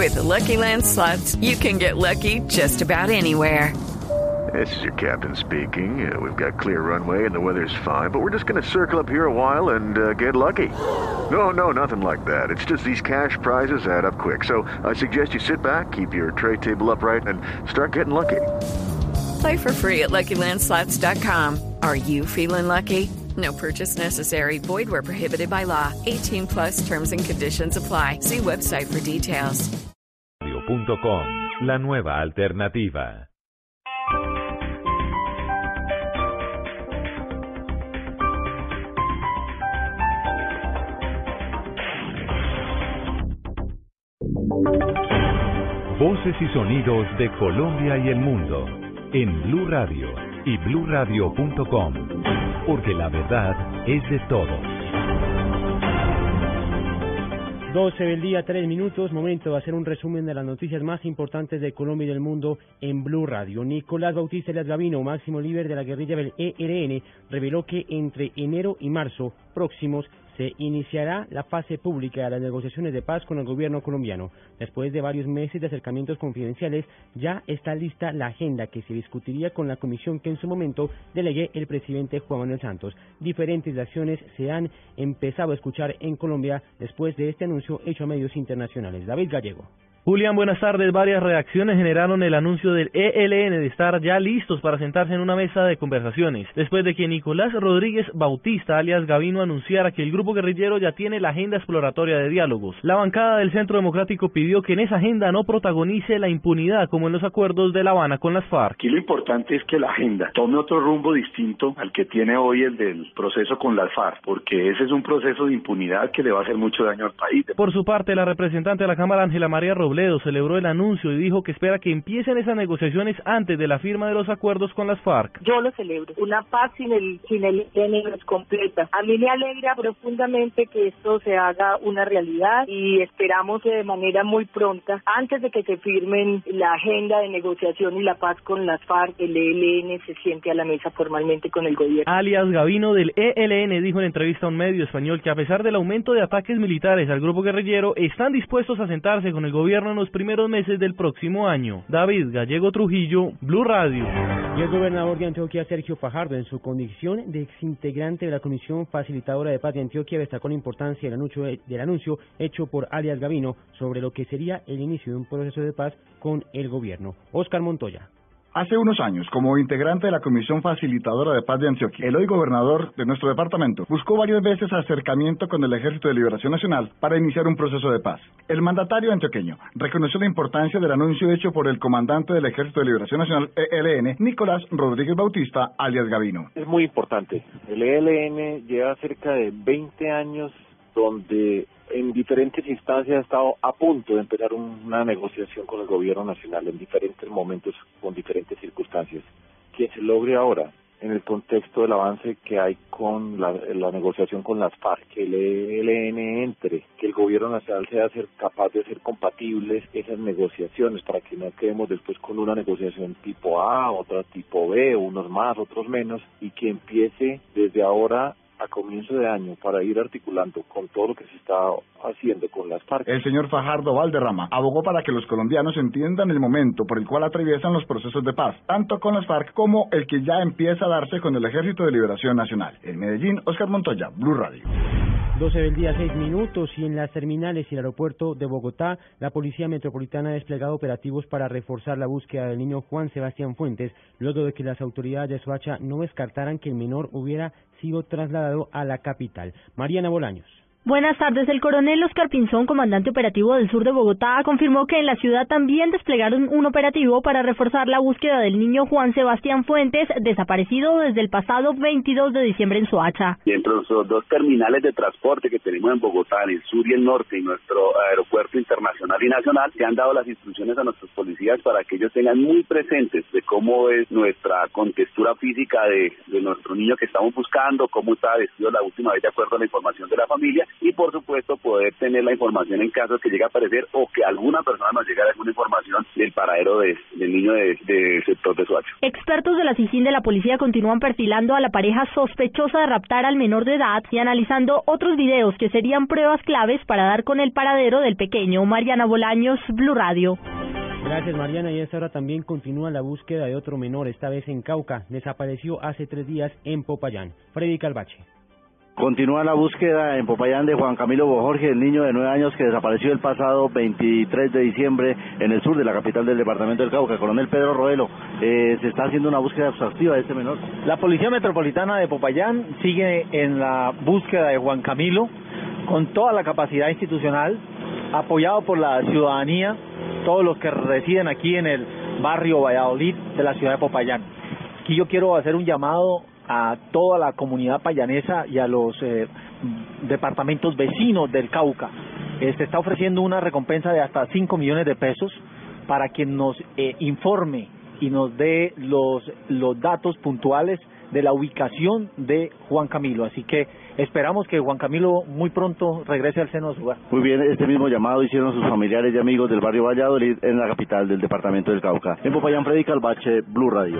With the Lucky Land Slots, you can get lucky just about anywhere. This is your captain speaking. We've got clear runway and the weather's fine, but we're just going to circle up here a while and get lucky. No, nothing like that. It's just these cash prizes add up quick. So I suggest you sit back, keep your tray table upright, and start getting lucky. Play for free at LuckyLandSlots.com. Are you feeling lucky? No purchase necessary. Void where prohibited by law. 18 plus terms and conditions apply. See website for details. Radio.com, la nueva alternativa. Voces y sonidos de Colombia y el mundo en Blue Radio y BlueRadio.com, porque la verdad es de todos. 12 del día, 3 minutos, momento de hacer un resumen de las noticias más importantes de Colombia y del mundo en Blue Radio. Nicolás Bautista Elias Gavino, máximo líder de la guerrilla del ELN, reveló que entre enero y marzo próximos se iniciará la fase pública de las negociaciones de paz con el gobierno colombiano. Después de varios meses de acercamientos confidenciales, ya está lista la agenda que se discutiría con la comisión que en su momento delegue el presidente Juan Manuel Santos. Diferentes acciones se han empezado a escuchar en Colombia después de este anuncio hecho a medios internacionales. David Gallego. Julián, buenas tardes. Varias reacciones generaron el anuncio del ELN de estar ya listos para sentarse en una mesa de conversaciones, después de que Nicolás Rodríguez Bautista, alias Gavino, anunciara que el grupo guerrillero ya tiene la agenda exploratoria de diálogos. La bancada del Centro Democrático pidió que en esa agenda no protagonice la impunidad como en los acuerdos de La Habana con las FARC. Aquí lo importante es que la agenda tome otro rumbo distinto al que tiene hoy el del proceso con las FARC, porque ese es un proceso de impunidad que le va a hacer mucho daño al país. Por su parte, la representante de la Cámara, Ángela María Robledo, celebró el anuncio y dijo que espera que empiecen esas negociaciones antes de la firma de los acuerdos con las FARC. Yo lo celebro. Una paz sin el ELN no es completa. A mí me alegra profundamente que esto se haga una realidad y esperamos que de manera muy pronta, antes de que se firmen la agenda de negociación y la paz con las FARC, el ELN se siente a la mesa formalmente con el gobierno. Alias Gavino del ELN dijo en entrevista a un medio español que a pesar del aumento de ataques militares al grupo guerrillero, están dispuestos a sentarse con el gobierno en los primeros meses del próximo año. David Gallego Trujillo, Blue Radio. Y el gobernador de Antioquia, Sergio Fajardo, en su condición de exintegrante de la Comisión Facilitadora de Paz de Antioquia, destacó la importancia del anuncio hecho por alias Gavino sobre lo que sería el inicio de un proceso de paz con el gobierno. Óscar Montoya. Hace unos años, como integrante de la Comisión Facilitadora de Paz de Antioquia, el hoy gobernador de nuestro departamento buscó varias veces acercamiento con el Ejército de Liberación Nacional para iniciar un proceso de paz. El mandatario antioqueño reconoció la importancia del anuncio hecho por el comandante del Ejército de Liberación Nacional, ELN, Nicolás Rodríguez Bautista, alias Gavino. Es muy importante. El ELN lleva cerca de 20 años donde en diferentes instancias ha estado a punto de empezar una negociación con el gobierno nacional en diferentes momentos, con diferentes circunstancias. Que se logre ahora, en el contexto del avance que hay con la negociación con las FARC, que el ELN entre, que el gobierno nacional sea capaz de hacer compatibles esas negociaciones para que no quedemos después con una negociación tipo A, otra tipo B, unos más, otros menos, y que empiece desde ahora a comienzo de año para ir articulando con todo lo que se está haciendo con las FARC. El señor Fajardo Valderrama abogó para que los colombianos entiendan el momento por el cual atraviesan los procesos de paz, tanto con las FARC como el que ya empieza a darse con el Ejército de Liberación Nacional. En Medellín, Óscar Montoya, Blue Radio. 12 del día, 6 minutos, y en las terminales y el aeropuerto de Bogotá, la Policía Metropolitana ha desplegado operativos para reforzar la búsqueda del niño Juan Sebastián Fuentes, luego de que las autoridades de Soacha no descartaran que el menor hubiera sido trasladado a la capital. Mariana Bolaños. Buenas tardes. El coronel Oscar Pinzón, comandante operativo del sur de Bogotá, confirmó que en la ciudad también desplegaron un operativo para reforzar la búsqueda del niño Juan Sebastián Fuentes, desaparecido desde el pasado 22 de diciembre en Soacha. Y entre los dos terminales de transporte que tenemos en Bogotá, en el sur y el norte, y nuestro aeropuerto internacional y nacional, se han dado las instrucciones a nuestros policías para que ellos tengan muy presentes de cómo es nuestra contextura física de nuestro niño que estamos buscando, cómo está vestido la última vez de acuerdo a la información de la familia, y por supuesto poder tener la información en caso de que llegue a aparecer o que alguna persona nos llegue a dar alguna información del paradero del niño del sector de Soacha. Expertos de la SIJIN de la policía continúan perfilando a la pareja sospechosa de raptar al menor de edad y analizando otros videos que serían pruebas claves para dar con el paradero del pequeño. Mariana Bolaños, Blue Radio. Gracias, Mariana. Y a esta hora también continúa la búsqueda de otro menor, esta vez en Cauca. Desapareció hace 3 días en Popayán. Freddy Calvache. Continúa la búsqueda en Popayán de Juan Camilo Bojorge, el niño de 9 años que desapareció el pasado 23 de diciembre en el sur de la capital del departamento del Cauca. Coronel Pedro Roelo, se está haciendo una búsqueda exhaustiva de este menor. La Policía Metropolitana de Popayán sigue en la búsqueda de Juan Camilo con toda la capacidad institucional, apoyado por la ciudadanía, todos los que residen aquí en el barrio Valladolid de la ciudad de Popayán. Aquí yo quiero hacer un llamado a toda la comunidad payanesa y a los departamentos vecinos del Cauca. Se está ofreciendo una recompensa de hasta 5 millones de pesos para quien nos informe y nos dé los datos puntuales de la ubicación de Juan Camilo. Así que esperamos que Juan Camilo muy pronto regrese al seno de su hogar. Muy bien, este mismo llamado hicieron sus familiares y amigos del barrio Valladolid en la capital del departamento del Cauca. En Popayán, Freddy Calvache, Blue Radio.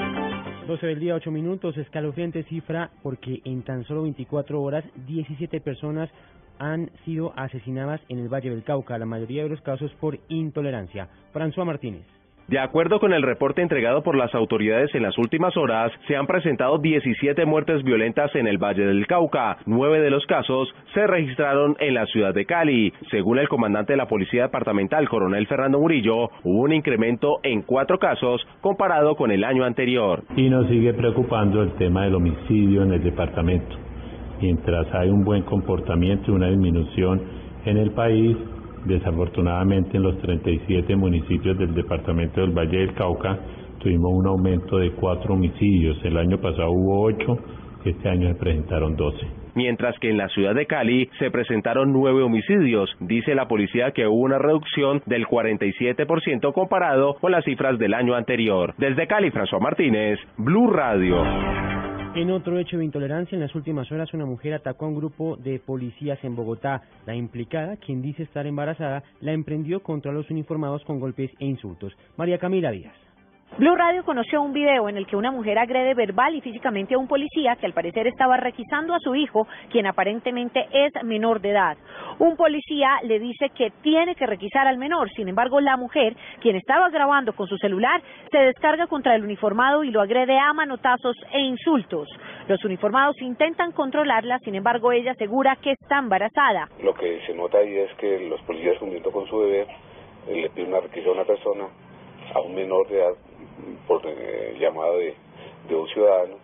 12 del día, 8 minutos, escalofriante cifra porque en tan solo 24 horas 17 personas han sido asesinadas en el Valle del Cauca, la mayoría de los casos por intolerancia. François Martínez. De acuerdo con el reporte entregado por las autoridades en las últimas horas, se han presentado 17 muertes violentas en el Valle del Cauca. 9 de los casos se registraron en la ciudad de Cali. Según el comandante de la Policía Departamental, coronel Fernando Murillo, hubo un incremento en 4 casos comparado con el año anterior. Y nos sigue preocupando el tema del homicidio en el departamento. Mientras hay un buen comportamiento y una disminución en el país, desafortunadamente en los 37 municipios del departamento del Valle del Cauca tuvimos un aumento de 4 homicidios. El año pasado hubo 8, este año se presentaron 12. Mientras que en la ciudad de Cali se presentaron 9 homicidios. Dice la policía que hubo una reducción del 47% comparado con las cifras del año anterior. Desde Cali, François Martínez, Blue Radio. En otro hecho de intolerancia, en las últimas horas una mujer atacó a un grupo de policías en Bogotá. La implicada, quien dice estar embarazada, la emprendió contra los uniformados con golpes e insultos. María Camila Díaz. Blue Radio conoció un video en el que una mujer agrede verbal y físicamente a un policía que al parecer estaba requisando a su hijo, quien aparentemente es menor de edad. Un policía le dice que tiene que requisar al menor, sin embargo la mujer, quien estaba grabando con su celular, se descarga contra el uniformado y lo agrede a manotazos e insultos. Los uniformados intentan controlarla, sin embargo ella asegura que está embarazada. Lo que se nota ahí es que los policías cumpliendo con su deber, le piden una requisa a una persona, a un menor de edad, por llamado de un ciudadano,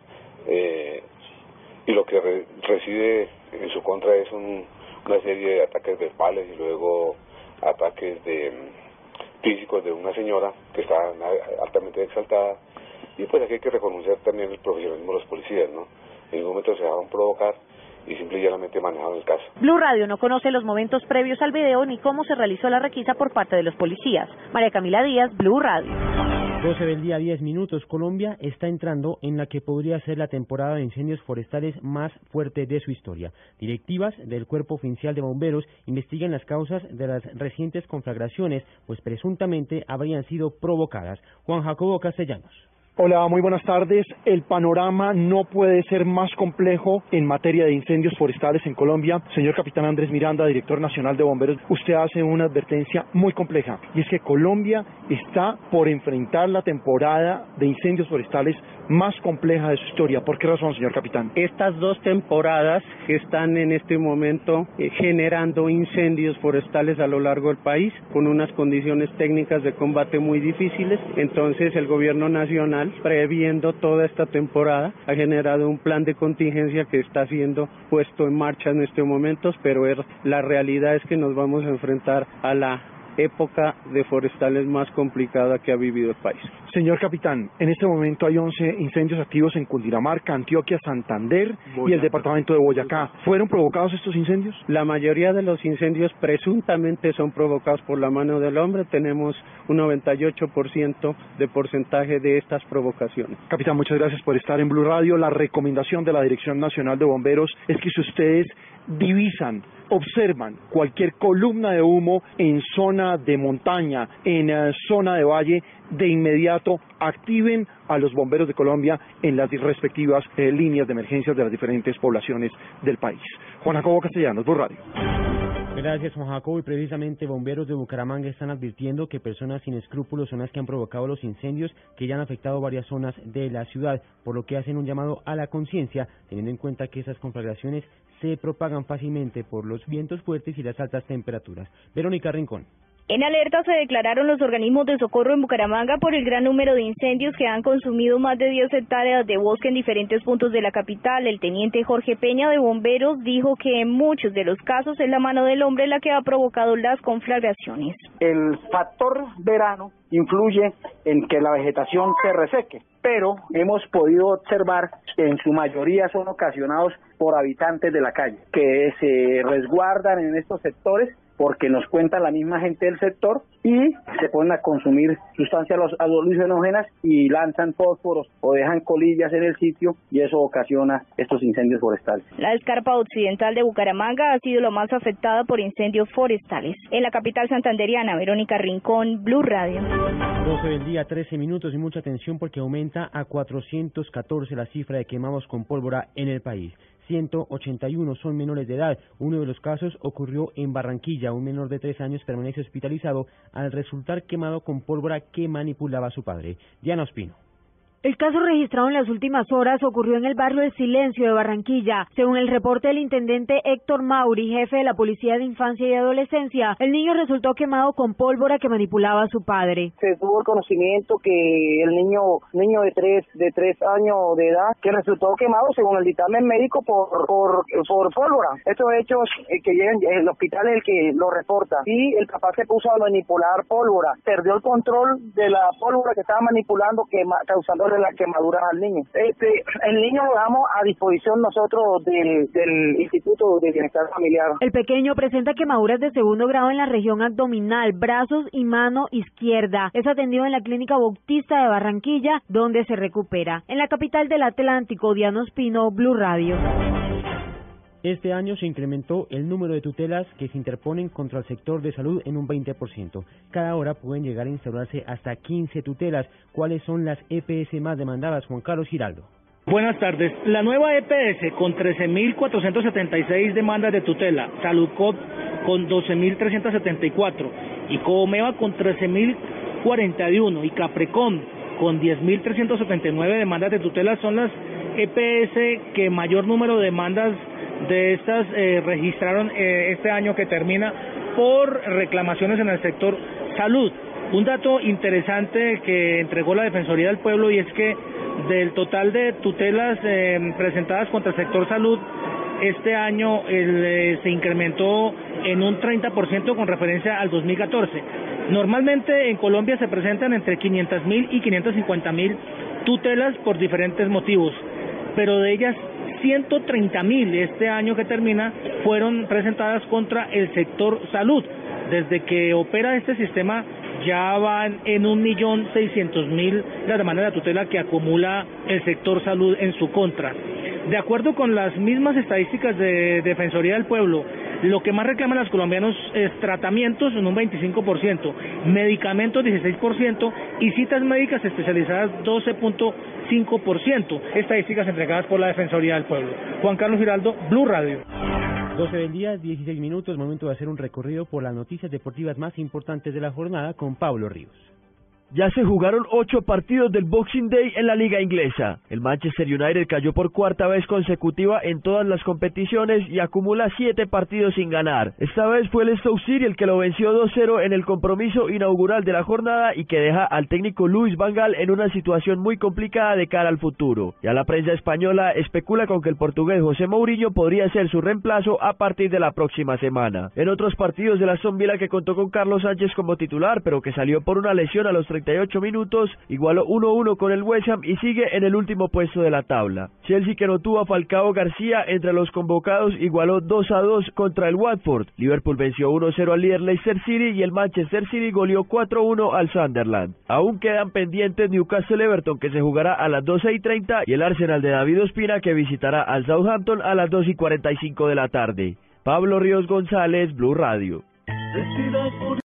y lo que recibe en su contra es una serie de ataques verbales y luego ataques físicos de una señora que está altamente exaltada, y pues aquí hay que reconocer también el profesionalismo de los policías, ¿no? En ningún momento se dejaron provocar y simple y llanamente manejaron el caso. Blue Radio no conoce los momentos previos al video ni cómo se realizó la requisa por parte de los policías. María Camila Díaz, Blue Radio. 12 del día, 10 minutos. Colombia está entrando en la que podría ser la temporada de incendios forestales más fuerte de su historia. Directivas del Cuerpo Oficial de Bomberos investigan las causas de las recientes conflagraciones, pues presuntamente habrían sido provocadas. Juan Jacobo Castellanos. Hola, muy buenas tardes. El panorama no puede ser más complejo en materia de incendios forestales en Colombia. Señor Capitán Andrés Miranda, director nacional de bomberos, usted hace una advertencia muy compleja, y es que Colombia está por enfrentar la temporada de incendios forestales más compleja de su historia. ¿Por qué razón, señor capitán? Estas 2 temporadas están en este momento generando incendios forestales a lo largo del país, con unas condiciones técnicas de combate muy difíciles. Entonces el gobierno nacional, previendo toda esta temporada, ha generado un plan de contingencia que está siendo puesto en marcha en este momento, pero la realidad es que nos vamos a enfrentar a la época de forestales más complicada que ha vivido el país. Señor capitán, en este momento hay 11 incendios activos en Cundinamarca, Antioquia, Santander y el departamento de Boyacá. ¿Fueron provocados estos incendios? La mayoría de los incendios presuntamente son provocados por la mano del hombre. Tenemos un 98% de porcentaje de estas provocaciones. Capitán, muchas gracias por estar en Blue Radio. La recomendación de la Dirección Nacional de Bomberos es que si ustedes divisan, observan cualquier columna de humo en zona de montaña, en zona de valle, de inmediato activen a los bomberos de Colombia en las respectivas líneas de emergencias de las diferentes poblaciones del país. Juan Jacobo Castellanos, Blue Radio. Gracias, Juan Jacobo. Y precisamente bomberos de Bucaramanga están advirtiendo que personas sin escrúpulos son las que han provocado los incendios que ya han afectado varias zonas de la ciudad, por lo que hacen un llamado a la conciencia, teniendo en cuenta que esas conflagraciones se propagan fácilmente por los vientos fuertes y las altas temperaturas. Verónica Rincón. En alerta se declararon los organismos de socorro en Bucaramanga por el gran número de incendios que han consumido más de 10 hectáreas de bosque en diferentes puntos de la capital. El teniente Jorge Peña de Bomberos dijo que en muchos de los casos es la mano del hombre la que ha provocado las conflagraciones. El factor verano influye en que la vegetación se reseque, pero hemos podido observar que en su mayoría son ocasionados por habitantes de la calle, que se resguardan en estos sectores porque nos cuenta la misma gente del sector y se ponen a consumir sustancias alucinógenas y lanzan fósforos o dejan colillas en el sitio y eso ocasiona estos incendios forestales. La escarpa occidental de Bucaramanga ha sido la más afectada por incendios forestales. En la capital santanderiana, Verónica Rincón, Blue Radio. 12 del día, 13 minutos y mucha atención porque aumenta a 414 la cifra de quemados con pólvora en el país. 181 son menores de edad. Uno de los casos ocurrió en Barranquilla. Un menor de 3 años permanece hospitalizado al resultar quemado con pólvora que manipulaba a su padre. Diana Ospino. El caso registrado en las últimas horas ocurrió en el barrio El Silencio de Barranquilla. Según el reporte del intendente Héctor Mauri, jefe de la Policía de Infancia y Adolescencia, el niño resultó quemado con pólvora que manipulaba a su padre. Se tuvo el conocimiento que el niño de 3 años de edad que resultó quemado según el dictamen médico por pólvora. Estos hechos que llegan, el hospital es el que lo reporta y el papá se puso a manipular pólvora. Perdió el control de la pólvora que estaba manipulando, causando de las quemaduras al niño. El niño lo damos a disposición nosotros del Instituto de Bienestar Familiar. El pequeño presenta quemaduras de segundo grado en la región abdominal, brazos y mano izquierda. Es atendido en la Clínica Bautista de Barranquilla, donde se recupera. En la capital del Atlántico, Diana Ospino, Blue Radio. Este año se incrementó el número de tutelas que se interponen contra el sector de salud en un 20%. Cada hora pueden llegar a instaurarse hasta 15 tutelas. ¿Cuáles son las EPS más demandadas? Juan Carlos Giraldo. Buenas tardes. La nueva EPS con 13.476 demandas de tutela, Saludcop con 12.374 y Comeva con 13.041 y Caprecom con 10.379 demandas de tutela son las EPS que mayor número de demandas de estas registraron este año que termina por reclamaciones en el sector salud. Un dato interesante que entregó la Defensoría del Pueblo y es que del total de tutelas presentadas contra el sector salud, este año se incrementó en un 30% con referencia al 2014. Normalmente en Colombia se presentan entre 500.000 y 550.000 tutelas por diferentes motivos, pero de ellas 130.000 este año que termina fueron presentadas contra el sector salud. Desde que opera este sistema ya van en 1.600.000 las demandas de tutela que acumula el sector salud en su contra. De acuerdo con las mismas estadísticas de Defensoría del Pueblo, lo que más reclaman los colombianos es tratamientos en un 25%, medicamentos 16% y citas médicas especializadas 12.5%. Estadísticas entregadas por la Defensoría del Pueblo. Juan Carlos Giraldo, Blue Radio. 12 del día, 16 minutos, momento de hacer un recorrido por las noticias deportivas más importantes de la jornada con Pablo Ríos. Ya se jugaron 8 partidos del Boxing Day en la liga inglesa. El Manchester United cayó por cuarta vez consecutiva en todas las competiciones y acumula 7 partidos sin ganar. Esta vez fue el Stoke City el que lo venció 2-0 en el compromiso inaugural de la jornada y que deja al técnico Louis van Gaal en una situación muy complicada de cara al futuro. Ya la prensa española especula con que el portugués José Mourinho podría ser su reemplazo a partir de la próxima semana. En otros partidos de la Aston Villa, que contó con Carlos Sánchez como titular, pero que salió por una lesión a los 30 98 minutos igualó 1-1 con el West Ham y sigue en el último puesto de la tabla. Chelsea, que no tuvo a Falcao García entre los convocados, igualó 2-2 contra el Watford. Liverpool venció 1-0 al líder Leicester City y el Manchester City goleó 4-1 al Sunderland. Aún quedan pendientes Newcastle Everton, que se jugará a las 12:30, y el Arsenal de David Ospina, que visitará al Southampton a las 2:45 de la tarde. Pablo Ríos González, Blue Radio.